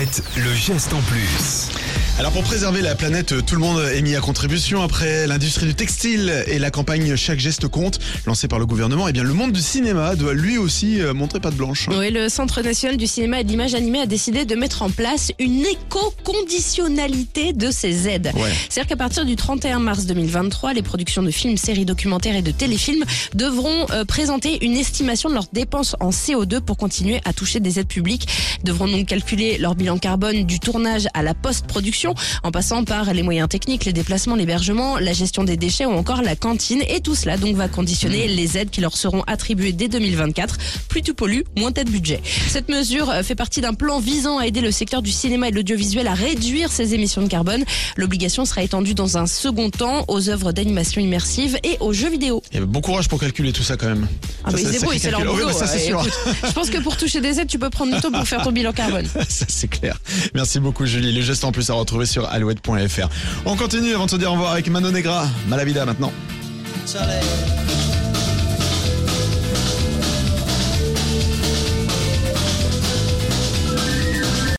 Alouette, le geste en plus. Alors pour préserver la planète, tout le monde est mis à contribution. Après l'industrie du textile et la campagne Chaque geste compte, lancée par le gouvernement, eh bien le monde du cinéma doit lui aussi montrer patte blanche. Oui, le Centre national du cinéma et de l'image animée a décidé de mettre en place une éco-conditionnalité de ces aides. Ouais. C'est-à-dire qu'à partir du 31 mars 2023, les productions de films, séries documentaires et de téléfilms devront présenter une estimation de leurs dépenses en CO2 pour continuer à toucher des aides publiques. Devront donc calculer leur bilan carbone du tournage à la post-production, en passant par les moyens techniques, les déplacements, l'hébergement, la gestion des déchets ou encore la cantine. Et tout cela donc va conditionner les aides qui leur seront attribuées dès 2024. Plus tu pollues, moins t'as de budget. Cette mesure fait partie d'un plan visant à aider le secteur du cinéma et de l'audiovisuel à réduire ses émissions de carbone. L'obligation sera étendue dans un second temps aux œuvres d'animation immersive et aux jeux vidéo. Et bon courage pour calculer tout ça quand même. Ah bah ils se débrouillent, c'est leur boulot. Oui, ça c'est sûr. Écoute, je pense que pour toucher des aides, tu peux prendre du temps pour faire ton bilan carbone. Ça c'est clair. Merci beaucoup Julie. Le geste en plus à retrouver sur alouette.fr. On continue avant de se dire au revoir avec Mano Negra. Malavida maintenant. Soleil.